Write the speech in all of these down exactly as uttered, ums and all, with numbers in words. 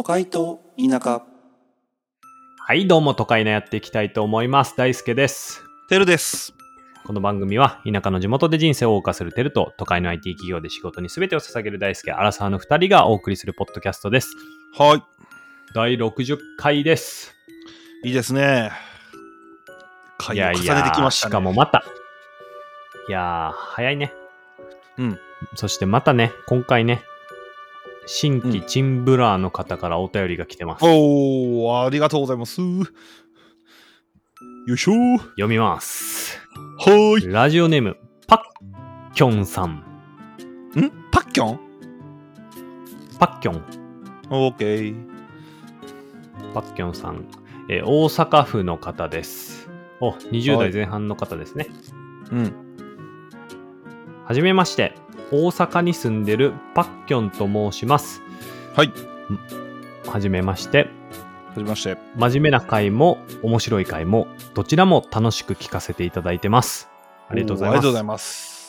都会と田舎。 はいどうも都会のやっていきたいと思います。大輔です。 てるです。 この番組は田舎の地元で人生を謳歌するてると都会の アイティー 企業で仕事に全てを捧げる大輔アラサーのふたりがお送りするポッドキャストです。 はいだいろくじゅっかいです。 いいですね。回を重ねてきましたね。 いやいやしかもまたいやー早いね。 うんそしてまたね今回ね新規チンブラーの方からお便りが来てます、 うん、おーありがとうございます。よいしょー。 読みます。 はーい。 ラジオネームパッキョンさん。んパッキョンパッキョンオーケー。 パッキョンさん、えー、大阪府の方です。お、にじゅう代前半の方ですね。 うん。 はじめまして、大阪に住んでるパッキョンと申します。 はい。 はじめまして。 はじめまして。 真面目な回も面白い回もどちらも楽しく聞かせていただいてます。ありがとうございます。 ありがとうございます。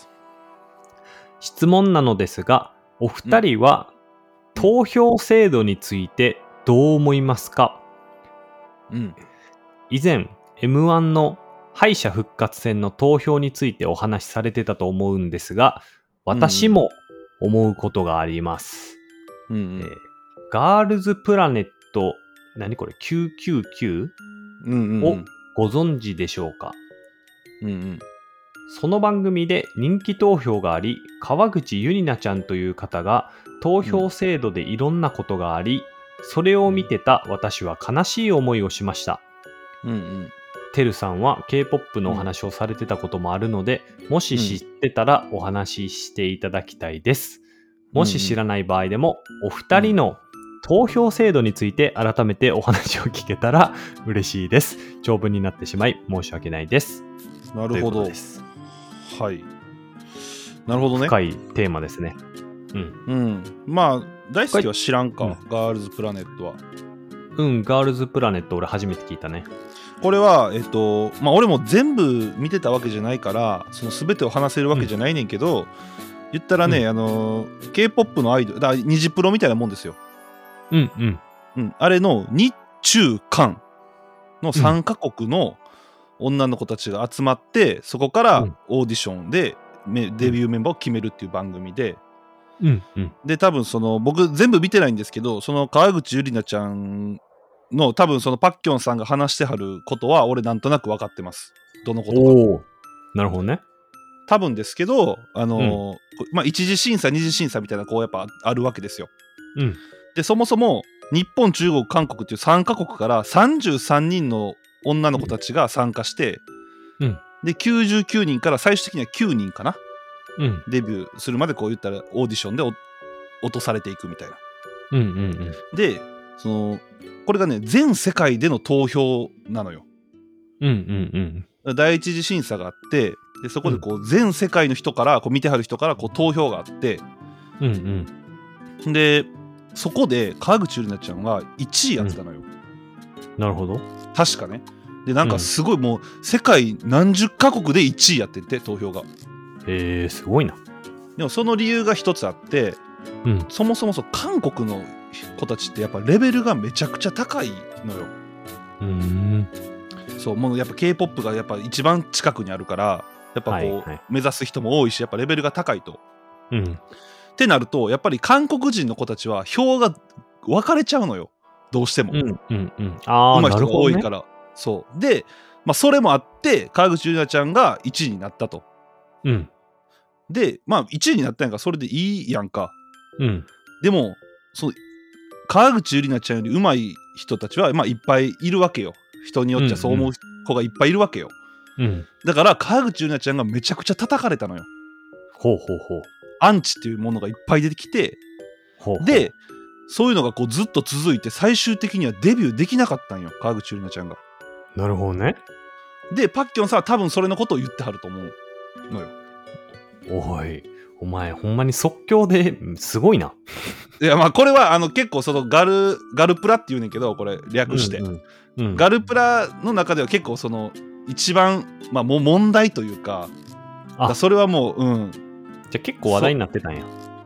質問なのですが、お二人は投票制度についてどう思いますか？ うん。 以前 エムワン の敗者復活戦の投票についてお話しされてたと思うんですが、私も思うことがあります。 うんうんえー、ガールズプラネット、何これ きゅうきゅうきゅう、 うんうんうん、 をご存知でしょうか？ うんうん、 その番組で人気投票があり、川口ゆりなちゃんという方が投票制度でいろんなことがあり、うん、それを見てた私は悲しい思いをしました。 うんうんてるさんは K-ポップ のお話をされてたこともあるので、うん、もし知ってたらお話ししていただきたいです。うん、もし知らない場合でも、お二人の投票制度について改めてお話を聞けたら嬉しいです。長文になってしまい申し訳ないです。 なるほど。です。はい。なるほどね。 深いテーマですね。うん。 うん。まあ大好きは知らんか、うん、ガールズプラネットは。 うん、ガールズプラネット俺初めて聞いたね。 これはえっとまあ俺も全部見てたわけじゃないからその全てを話せるわけじゃないねんけど、うん、言ったらね、うん、あの K-ポップ のアイドルだニジプロみたいなもんですよ。 うんうんうん、あれの日中韓のさんカ国の女の子たちが集まって、うん、そこからオーディションでデビューメンバーを決めるっていう番組で、 うんうん、 で多分その僕全部見てないんですけどその川口ゆりなちゃんの多分そのパッキョンさんが話してはることは俺なんとなく分かってます。どのことか。 おー、なるほどね。 多分ですけどあのーうん、まあ一次審査二次審査みたいなこうやっぱあるわけですよ。 うん、 でそもそも日本中国韓国っていうさんカ国からさんじゅうさんにんの女の子たちが参加して、 うん、できゅうじゅうきゅうにんから最終的にはきゅうにんかな、 うん、 デビューするまでこう言ったらオーディションで落とされていくみたいな。 うんうんうん、 でそのこれがね全世界での投票なのよ。 うんうんうん、第一次審査があってでそこでこう全世界の人からこう見てはる人からこう投票があって、 うんうん、でそこで川口ゆりなちゃんはいちいやってたのよ、うん、 なるほど。 確かね。でなんかすごいもう世界何十カ国でいちいやってて投票が。 へえすごいな。 でもその理由が一つあって、うん、そもそもそ韓国の子たちってやっぱレベルがめちゃくちゃ高いのよ。 うーんそうもうやっぱ K-ポップ がやっぱ一番近くにあるからやっぱこう、はいはい、目指す人も多いしやっぱレベルが高いと。うん、ってなるとやっぱり韓国人の子たちは票が分かれちゃうのよどうしても。 うんうんうん、あ上手い人が多いから、ね、そうで、まあ、それもあって川口ゆりなちゃんがいちいになったと。 うん、 でまあいちいになったんやからそれでいいやんか。 うん、 でもその川口ゆりなちゃんより上手い人たちは、まあ、いっぱいいるわけよ。人によっちゃそう思う子がいっぱいいるわけよ、うんうん、だから川口ゆりなちゃんがめちゃくちゃ叩かれたのよ。 ほうほうほう。 アンチっていうものがいっぱい出てきて、ほうほうでそういうのがこうずっと続いて最終的にはデビューできなかったんよ川口ゆりなちゃんが。 なるほどね。 でパッキョンさんは多分それのことを言ってはると思うのよ。 おいお前ほんまに即興ですごいな。 いやまあこれはあの結構そのガルガルプラっていうねんけどこれ略して、うんうんうん、ガルプラの中では結構その一番まあもう問題というか、あそれはもううんじゃあ結構話題になってたんや。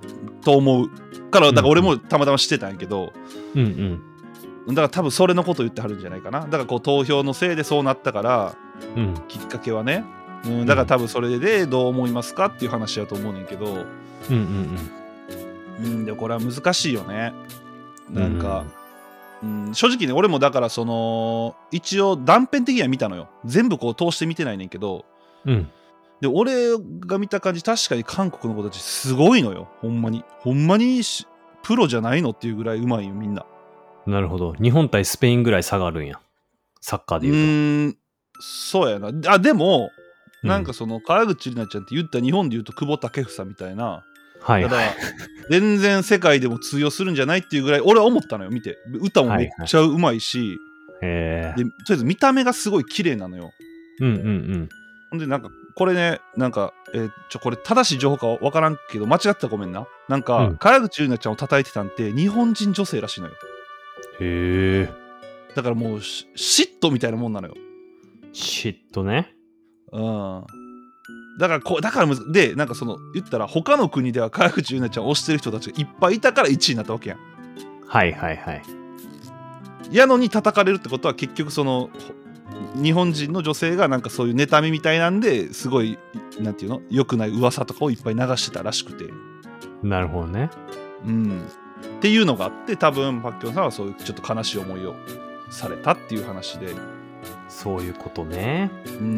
と思うからだから俺もたまたま知ってたんやけど、 うんうん、だから多分それのことを言ってはるんじゃないかな。だからこう投票のせいでそうなったから、うん、きっかけはね、うん、だから多分それでどう思いますかっていう話だと思うねんけど、うんうんうん、うん、でこれは難しいよね。なんか、うんうん、正直ね俺もだからその一応断片的には見たのよ。全部こう通して見てないねんけど、うん、で俺が見た感じ確かに韓国の子たちすごいのよ。ほんまにほんまにプロじゃないのっていうぐらいうまいよみんな。 なるほど。日本対スペインぐらい差があるんや。サッカーでいうと。うーん、そうやな。あ、でも、うん、なんかその川口里奈ちゃんって言った日本で言うと久保建英みたいな。はい、はい。だから全然世界でも通用するんじゃないっていうぐらい俺は思ったのよ見て。歌もめっちゃうまいし、はいはい、でとりあえず見た目がすごい綺麗なのよ。うんうんうん。ほんでなんかこれねなんか、えー、ちょこれ正しい情報かわからんけど間違ってたらごめんな。なんか、うん、川口里奈ちゃんを叩いてたんって日本人女性らしいのよ。へえ。だからもう嫉妬みたいなもんなのよ。 嫉妬ね。 うん。だからこうだからむでなんかその言ったら他の国では川口里奈ちゃんを推してる人たちがいっぱいいたからいちいになったわけやん。 はいはいはい。 やのに叩かれるってことは結局その日本人の女性がなんかそういう妬みみたいなんですごいなんていうの良くない噂とかをいっぱい流してたらしくて。 なるほどね。 うん。っていうのがあって多分パッキョンさんはそういうちょっと悲しい思いをされたっていう話で。 そういうことね。うん、うん。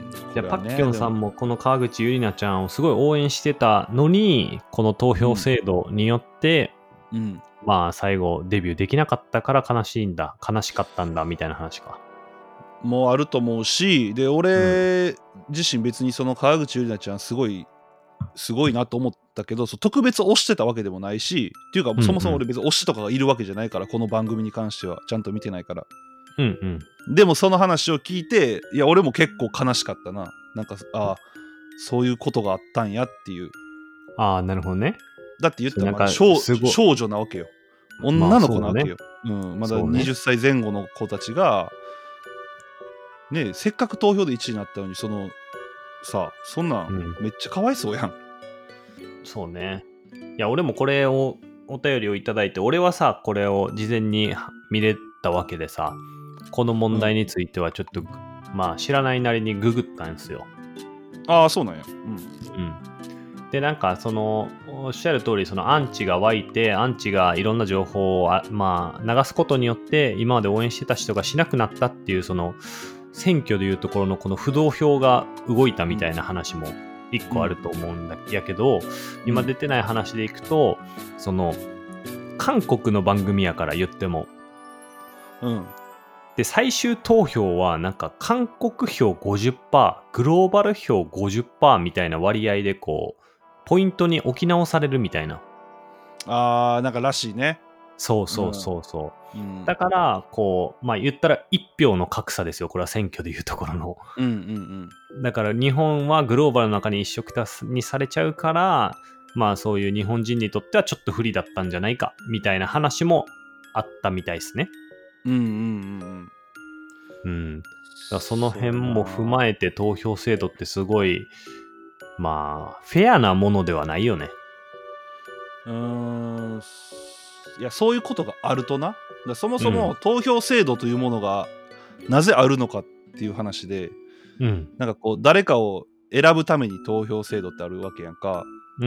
じゃあ、 ね、 パッキョンさんもこの川口ゆりなちゃんをすごい応援してたのにこの投票制度によって、うんうん、まあ最後デビューできなかったから悲しいんだ悲しかったんだみたいな話か。 もうあると思うしで俺自身別にその川口ゆりなちゃんすごいすごいなと思ったけどそう特別推してたわけでもないしっていうか、うんうん、そもそも俺別に推しとかがいるわけじゃないからこの番組に関してはちゃんと見てないから、うんうん、でもその話を聞いていや俺も結構悲しかったな。なんかああそういうことがあったんやっていう。 ああなるほどね。 だって言ったらまだ 少, 少女なわけよ。女の子なわけよ、まあ う, ね、うん、まだにじゅっさいぜん後の子たちがねせっかく投票でいちいになったのにそのさあそんなんめっちゃかわいそうやん、うん、 そうね。いや俺もこれをお便りをいただいて俺はさこれを事前に見れたわけでさこの問題についてはちょっと、うん、まあ知らないなりにググったんですよ。 ああそうなんや。うん、 うんでなんかそのおっしゃる通りそのアンチが湧いてアンチがいろんな情報をあ、まあ、流すことによって今まで応援してた人がしなくなったっていうその選挙でいうところのこの不動票が動いたみたいな話も一個あると思うんだやけど、うん、今出てない話でいくとその韓国の番組やから言っても、うん、で最終投票はなんか韓国票 ごじゅっパーセント グローバル票 ごじゅっパーセント みたいな割合でこうポイントに置き直されるみたいな。 あーなんからしいね。 そうそうそうそう、うん、だからこうまあ言ったら一票の格差ですよこれは選挙でいうところの、うんうんうん、だから日本はグローバルの中に一色にされちゃうからまあそういう日本人にとってはちょっと不利だったんじゃないかみたいな話もあったみたいですね。うんうんうんうん、だその辺も踏まえて投票制度ってすごいまあフェアなものではないよね。 うーんいやそういうことがあるとなだそもそも投票制度というものがなぜあるのかっていう話で、うん、なんかこう誰かを選ぶために投票制度ってあるわけやんか、うんうん、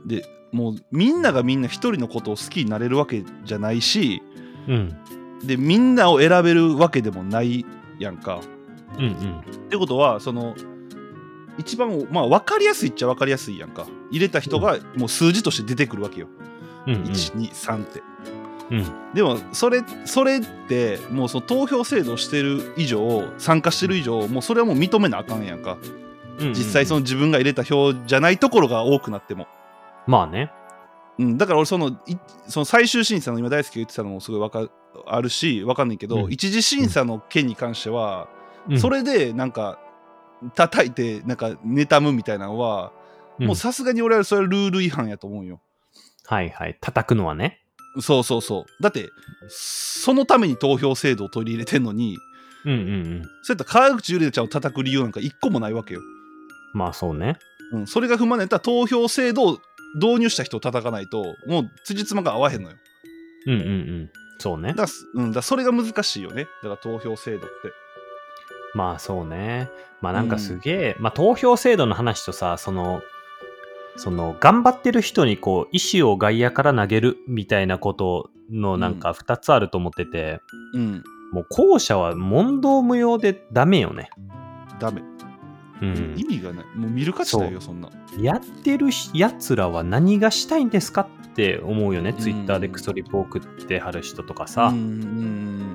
でもうみんながみんな一人のことを好きになれるわけじゃないし、うん、でみんなを選べるわけでもないやんか、うんうん、ってことはその一番まあ分かりやすいっちゃ分かりやすいやんか入れた人がもう数字として出てくるわけよ、うんうん、いち、に、さんって、うん、でもそれそれってもうその投票制度してる以上参加してる以上もうそれはもう認めなあかんやんか、うんうんうん、実際その自分が入れた票じゃないところが多くなってもまあね、 うん、だから俺そのいその最終審査の今大輔が言ってたのもすごいわかあるし分かんないけど、うん、一次審査の件に関しては、うん、それでなんか叩いてなんか妬むみたいなのは、うん、もうさすがに俺はそれはルール違反やと思うよ。 はいはい叩くのはね。 そうそうそうだってそのために投票制度を取り入れてんのに、うんうんうん、そういった川口ゆりなちゃんを叩く理由なんか一個もないわけよ。 まあそうね、 うん、それが踏まれた投票制度導入した人を叩かないともう辻褄が合わへんのよ。 うんうんうん。そうね。 だから、うん、だからそれが難しいよね。だから投票制度って。 まあそうね。まあなんかすげえ、うん、まあ投票制度の話とさ、その、その頑張ってる人にこう意思を外野から投げるみたいなことのなんかふたつあると思ってて、 うん、 もう後者は問答無用でダメよね。 ダメ。うん、意味がない。もう見る価値ないよ、そんな。 やってるやつらは何がしたいんですかって思うよね。ツイッターでクソリポ送ってはる人とかさ。 うんうん、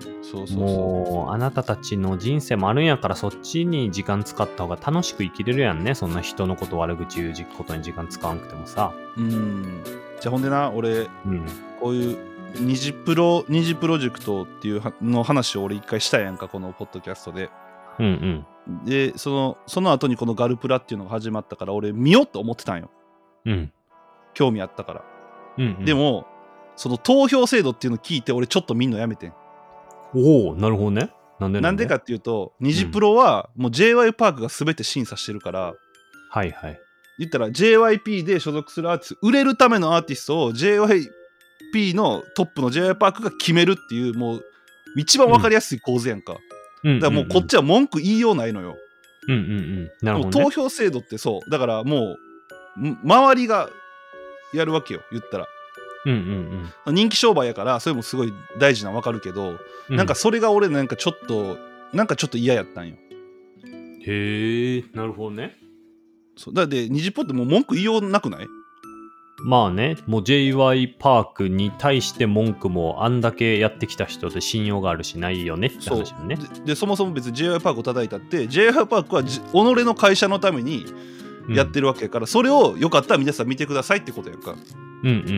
そうそうそう。 もうあなたたちの人生もあるんやからそっちに時間使った方が楽しく生きれるやんね。そんな人のこと悪口言うことに時間使わなくてもさ。 うん。じゃあほんでな、俺、うん、こういう二次プロ、二次プロジェクトっていうの話を俺一回したやんか、このポッドキャストで。 うんうん。 で、その、その後にこのガルプラっていうのが始まったから、俺見ようと思ってたんよ。 うん。 興味あったから。 うんうん、 でも、その投票制度っていうのを聞いて、俺ちょっと見んのやめてん。 おお、なるほどね。なんでなんでかっていうと、二次プロはもう ジェイワイ パークが全て審査してるから、 はいはい。 言ったら ジェイワイピー で所属するアーティスト、売れるためのアーティストを ジェイワイピー のトップの ジェイワイ パークが決めるっていう、もう一番わかりやすい構図やんか。うん、だからもうこっちは文句言いようないのよ。 うんうんうん。なるほど、ね。 投票制度ってそう。だからもう、周りがやるわけよ、言ったら。 うんうんうん、人気商売やからそれもすごい大事なの分かるけど、うん、なんかそれが俺なんかちょっとなんかちょっと嫌やったんよ。 へえ、なるほどね。 そうだって二次ポってもう文句言いようなくない？ まあね、もう ジェイワイ パークに対して文句もあんだけやってきた人で信用があるしないよねって話よね。 で, でそもそも別に ジェイワイ パークを叩いたって ジェイワイ パークは己の会社のためにやってるわけやから、うん、それをよかったら皆さん見てくださいってことやんか。 うんうんうんうん。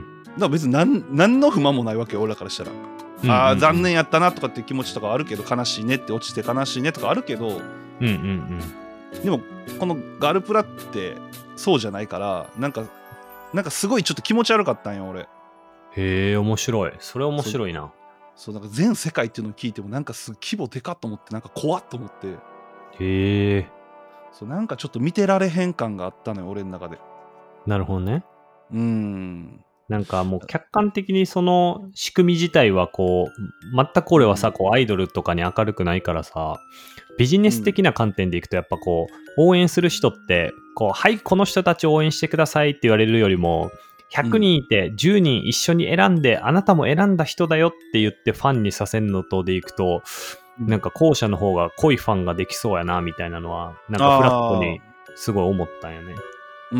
だから別に 何, 何の不満もないわけよ俺らからしたら、うんうんうん、ああ残念やったなとかっていう気持ちとかあるけど、悲しいねって落ちて悲しいねとかあるけど、うんうんうん、でもこのガルプラってそうじゃないからなんかなんかすごいちょっと気持ち悪かったんよ俺。 へえ、面白い。それ面白いな。 そう、なんか全世界っていうのを聞いてもなんかす規模でかっと思ってなんか怖っと思って。 へえ。 そうなんかちょっと見てられへん感があったのよ俺の中で。 なるほどね。 うーん。 なんかもう客観的にその仕組み自体はこう全く俺はさ、こうアイドルとかに明るくないからさ、ビジネス的な観点でいくとやっぱこう応援する人ってこうはいこの人たち応援してくださいって言われるよりもひゃくにんいてじゅうにん一緒に選んで、あなたも選んだ人だよって言ってファンにさせんのとでいくと、なんか後者の方が濃いファンができそうやなみたいなのはなんかフラットにすごい思ったんよね。 うん、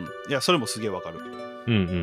いやそれもすげえわかる。 うんうんうん。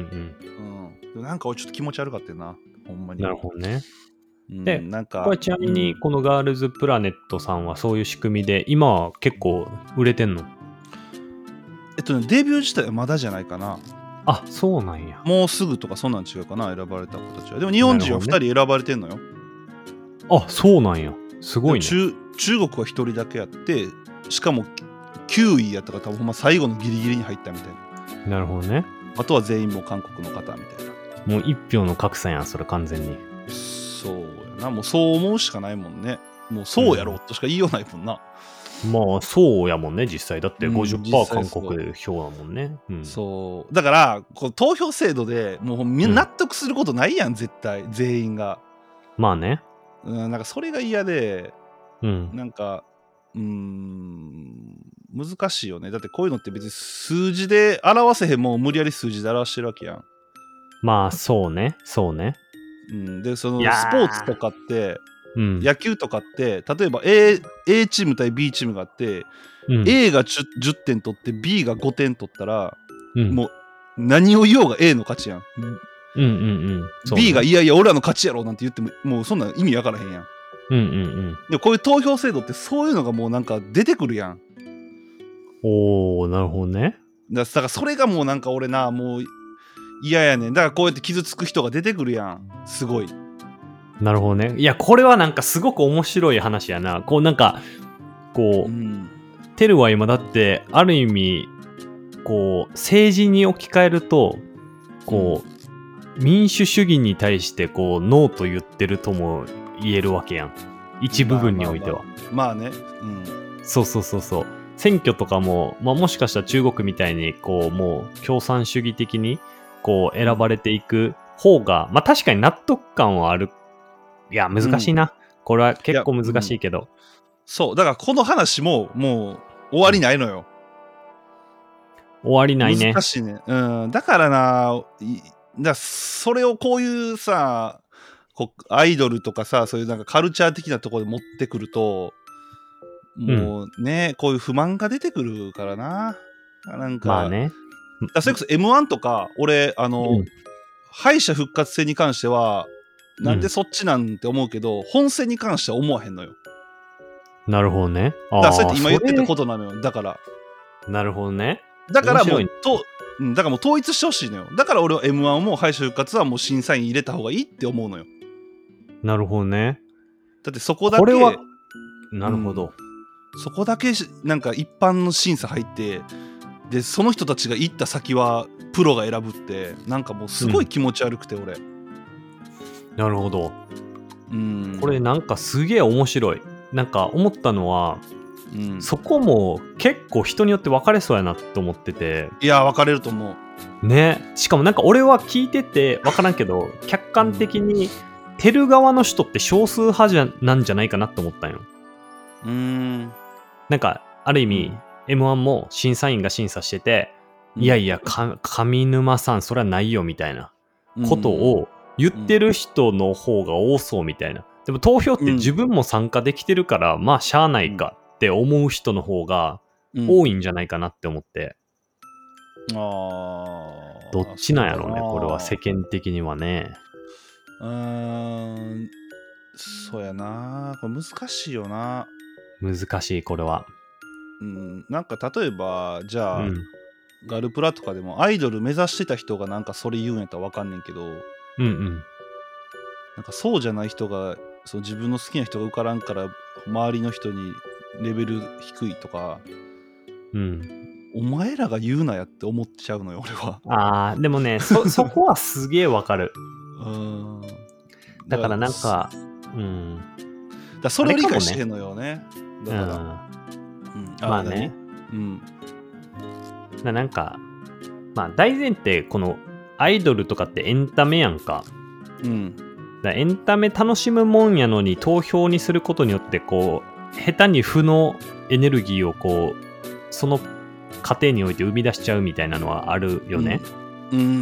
うん、なんか俺ちょっと気持ち悪かったよな、ほんまに。 なるほどね。 うん、 で、 なんかこれちなみにこのガールズプラネットさんはそういう仕組みで今は結構売れてんの？ えっとねデビュー自体はまだじゃないかな。 あ、そうなんや。 もうすぐとかそんなん違うかな、選ばれた子たちは。でも日本人はふたり選ばれてんのよ。 あ、そうなんや。すごいね。 中, 中国はひとりだけやって、しかもきゅういやったから多分ほんま最後のギリギリに入ったみたいな。なるほどね。 あとは全員もう韓国の方みたいな。もう一票の格差やん、それ完全に。 そうやな、もうそう思うしかないもんね。もうそうやろうとしか言いようないもんな。 うん、まあそうやもんね、実際。だって ごじゅっパーセント 韓国票だもんね。 うん、そうだからこう投票制度でもうみんな納得することないやん、うん、絶対全員が。 まあね。 うん、なんかそれが嫌で、 うん、 なんかうーん難しいよね。だってこういうのって別に数字で表せへんもん無理やり数字で表してるわけやん。 まあそうねそうね。 うん、でそのスポーツとかって、 うん、 野球とかって例えば A, A チーム対 B チームがあって、うん、A が 10, じゅってん取って B がごてん取ったら、うん、もう何を言おうが A の勝ちやん。 うんうんうんね、 B がいやいや俺らの勝ちやろなんて言ってももうそんな意味わからへんやん。 うんうんうん。 でこういう投票制度ってそういうのがもうなんか出てくるやん。 おー、なるほどね。 だからそれがもうなんか俺なもう嫌やねん。だからこうやって傷つく人が出てくるやん。すごい。 なるほどね。いやこれはなんかすごく面白い話やな。こうなんかこう、うん、テルは今だってある意味こう政治に置き換えるとこう、うん、民主主義に対してこうノーと言ってるとも言えるわけやん。一部分においては。 まあまあ、まあまあね。うん。 そうそうそうそう。 選挙とかも、まあ、もしかしたら中国みたいにこうもう共産主義的にこう選ばれていく方が、まあ確かに納得感はある。いや難しいな、うん、これは結構難しいけど、うん、 そうだからこの話ももう終わりないのよ、 うん、終わりないね。 難しいね、うん、だからなだそれをこういうさこアイドルとかさそういうなんかカルチャー的なところで持ってくるともうね、うん、こういう不満が出てくるからな。なんか、 まあね。 だそれこそ エムワン とか、俺、あの、うん、敗者復活戦に関しては、なんでそっちなんて思うけど、うん、本戦に関しては思わへんのよ。 なるほどね。 あだからそうやって今言ってたことなのよ。だから。 なるほどね。 だからもう、とだからもう統一してほしいのよ。だから俺は エムワン も敗者復活はもう審査員入れた方がいいって思うのよ。 なるほどね。 だってそこだけ。 これは、なるほど。 うんそこだけなんか一般の審査入ってでその人たちが行った先はプロが選ぶってなんかもうすごい気持ち悪くて、うん、俺なるほど、 うん、 これなんかすげえ面白い。なんか思ったのは、うん、そこも結構人によって分かれそうやなって思ってて。 いや分かれると思うね。しかもなんか俺は聞いてて分からんけど客観的にテル側の人って少数派じゃなんじゃないかなって思ったんよ。 うーんなんかある意味、うん、エムワン も審査員が審査してて、うん、いやいやか上沼さんそれはないよみたいなことを言ってる人の方が多そうみたいな。でも投票って自分も参加できてるから、うん、まあしゃあないかって思う人の方が多いんじゃないかなって思って、 うん、あどっちなんやろうねこれは世間的にはね。 うーんそうやなこれ難しいよな。 難しいこれは、 うん、なんか例えばじゃあ、うん、ガルプラとかでもアイドル目指してた人がなんかそれ言うんやったら分かんねんけど、うんうん、 なんかそうじゃない人がその自分の好きな人が受からんから周りの人にレベル低いとか、 うん、 お前らが言うなやって思っちゃうのよ俺は。 あーでもね そ, そこはすげえ分かるうんだからなんかうんだそれを理解してへんのよね。だから、うんうん、まあね、 うん、 な, なんかまあ大前提このアイドルとかってエンタメやんか、 うん、 だエンタメ楽しむもんやのに投票にすることによってこう下手に負のエネルギーをこうその過程において生み出しちゃうみたいなのはあるよね、 うんうん、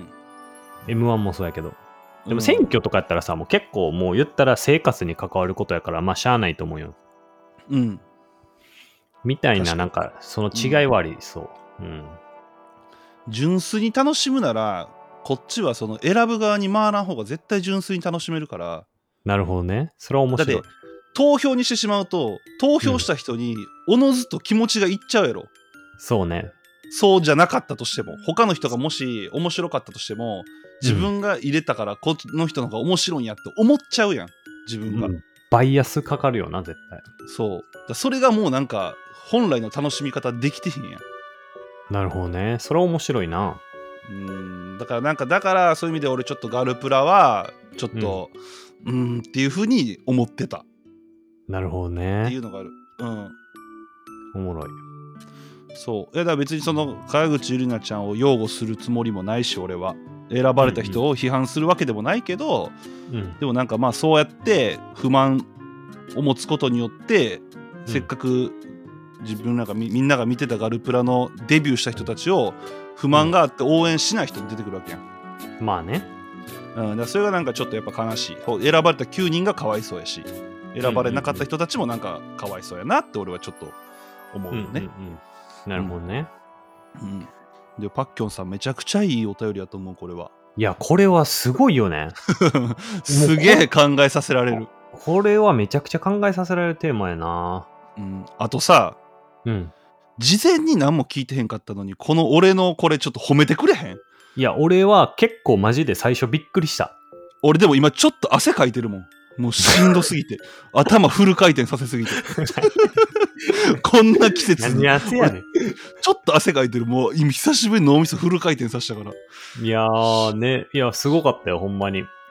エムワン もそうやけどでも選挙とかやったらさもう結構もう言ったら生活に関わることやからまあしゃあないと思うよ。 うんみたいななんかその違いはありそう、うんうん、 純粋に楽しむならこっちはその選ぶ側に回らん方が絶対純粋に楽しめるから。 なるほどねそれは面白い。 だって投票にしてしまうと投票した人におのずと気持ちがいっちゃうやろ、うん、 そうねそうじゃなかったとしても他の人がもし面白かったとしても自分が入れたからこの人の方が面白いんやって思っちゃうやん自分が、うん、 バイアスかかるよな絶対。 そうだそれがもうなんか本来の楽しみ方できてへんやん。 なるほどねそれは面白いな。 うんだからなんかだからそういう意味で俺ちょっとガルプラはちょっとうん、うんっていう風に思ってた。 なるほどねっていうのがある。うんおもろい。 そういやだから別にその川口ゆりなちゃんを擁護するつもりもないし俺は選ばれた人を批判するわけでもないけど、うんうん、でもなんかまあそうやって不満を持つことによって、うん、せっかく自分なんか み, みんなが見てたガルプラのデビューした人たちを不満があって応援しない人に出てくるわけやん、 うん、まあね、 うん、だからそれがなんかちょっとやっぱ悲しい。選ばれたきゅうにんがかわいそうやし選ばれなかった人たちもなんかかわいそうやなって俺はちょっと思うよね、うんうんうん、 なるほどね、 うんうんでパッキョンさんめちゃくちゃいいお便りだと思うこれは。 いやこれはすごいよねすげえ考えさせられる。 これはめちゃくちゃ考えさせられるテーマやな、 うん、あとさ、 うん、 事前に何も聞いてへんかったのにこの俺のこれちょっと褒めてくれへん？ いや俺は結構マジで最初びっくりした。 俺でも今ちょっと汗かいてるもんもうしんどすぎて頭フル回転させすぎてこんな季節に何汗やねんちょっと汗かいてる。もう今久しぶりに脳みそフル回転させたから。 いやーねいやすごかったよほんまに。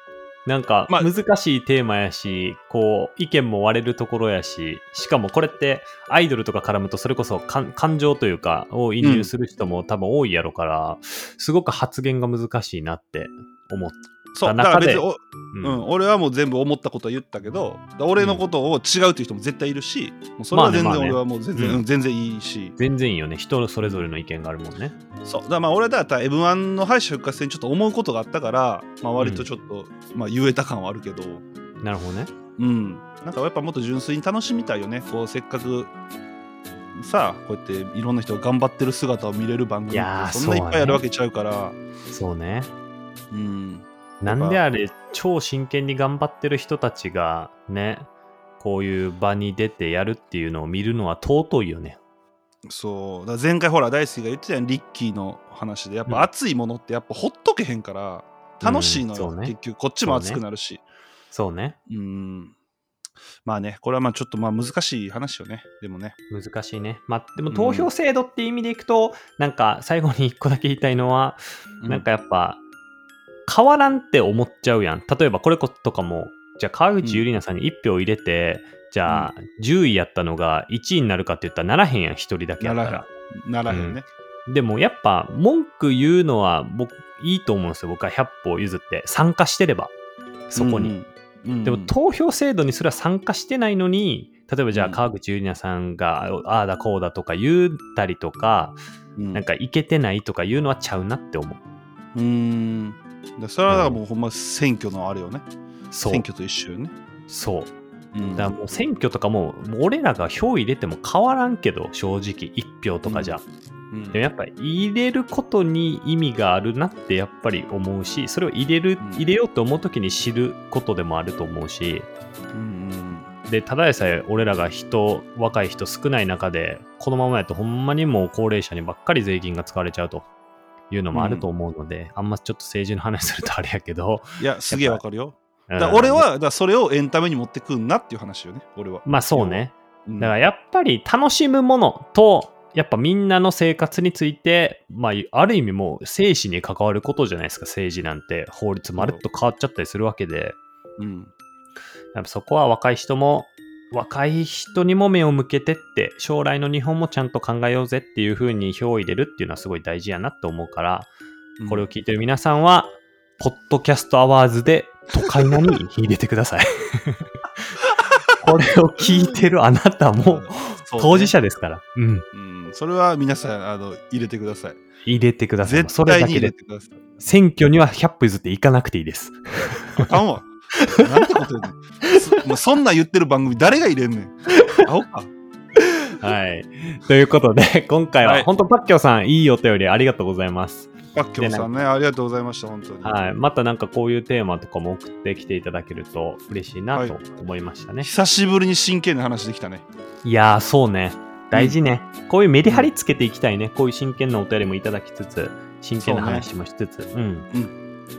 なんか難しいテーマやし、こう意見も割れるところやし、しかもこれってアイドルとか絡むとそれこそ感情というかを移入する人も多分多いやろから、うん、すごく発言が難しいなって思った中で、 そうだから別に、うんうん、俺はもう全部思ったことは言ったけど、俺のことを違うっていう人も絶対いるし、もうそれは全然俺はもう全然、まあねまあねうん、全然いいし、 全然いいよね。人それぞれの意見があるもんね。 そうだからまあ俺だったら エムワン の敗者復活戦にちょっと思うことがあったから、まあ、割とちょっと、うん、まあ言えた感はあるけど、 なるほどね。 うんなんかやっぱもっと純粋に楽しみたいよね。こうせっかくさあこうやっていろんな人が頑張ってる姿を見れる番組ってそんないっぱいあるわけちゃうから。 そうね。 うんなんであれ超真剣に頑張ってる人たちがねこういう場に出てやるっていうのを見るのは尊いよね。 そうだ前回ほら大輔が言ってたやん、リッキーの話でやっぱ熱いものってやっぱほっとけへんから楽しいのよ、うんね、結局こっちも熱くなるし。 そうね。 うーんまあねこれはまあちょっとまあ難しい話よね。でもね難しいね。まあでも投票制度っていう意味でいくと、うん、なんか最後に一個だけ言いたいのは、うん、なんかやっぱ変わらんって思っちゃうやん。例えばこれとかもじゃあ川口ゆりなさんにいち票入れて、うん、じゃあじゅういやったのがいちいになるかって言ったらならへんやん、ひとりだけやったら。 ならへんね、 うん、でもやっぱ文句言うのは僕いいと思うんですよ。僕はひゃっぽ譲って参加してればそこに、うんうん、でも投票制度にすら参加してないのに、例えばじゃあ川口ゆりなさんがああだこうだとか言ったりとか、うん、なんかいけてないとか言うのはちゃうなって思う。 うーんそれはもうほんま選挙のあれよね、うん、選挙と一緒よね。 そう、うん、だからもう選挙とかも俺らが票入れても変わらんけど正直いち票とかじゃ、うんうん、でもやっぱり入れることに意味があるなってやっぱり思うし、それを入れる、うん、入れようと思う時に知ることでもあると思うし、うんうん、でただでさえ俺らが人若い人少ない中でこのままやとほんまにもう高齢者にばっかり税金が使われちゃうというのもあると思うので、うん、あんまちょっと政治の話するとあれやけど、 いやすげえわかるよ。だから俺はだからそれをエンタメに持ってくんなっていう話よね、俺は。 まあそうね、うん、だからやっぱり楽しむものとやっぱみんなの生活について、まあある意味もう生死に関わることじゃないですか。政治なんて法律まるっと変わっちゃったりするわけで、うん、やっぱそこは若い人も若い人にも目を向けてって、将来の日本もちゃんと考えようぜっていう風に票を入れるっていうのはすごい大事やなって思うから、うん、これを聞いてる皆さんはポッドキャストアワーズで都会なに入れてくださいこれを聞いてるあなたも当事者ですから、うね、 うん、うん、それは皆さんあの入れてください。 入れてください。 絶対に入れてください。 選挙にはひゃっぽ譲っていかなくていいです。 あかんわ。なんてこと言うねん。そ, そんなん言ってる番組誰が入れんねん。あおか。 はい。ということで今回は本当パッキョさんいいお便りありがとうございます。 パッキョさんねありがとうございました本当に。 はい。またなんかこういうテーマとかも送ってきていただけると嬉しいなと思いましたね。はい、 久しぶりに真剣な話できたね。 いやーそうね。大事ね、うん、こういうメリハリつけていきたいね。こういう真剣なお便りもいただきつつ真剣な話もしつつ、うね、うん、うん、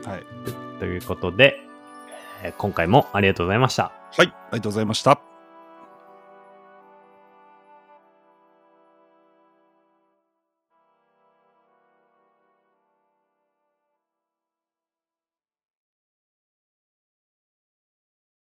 はい。ということで、えー、今回もありがとうございました。 はい、ありがとうございました。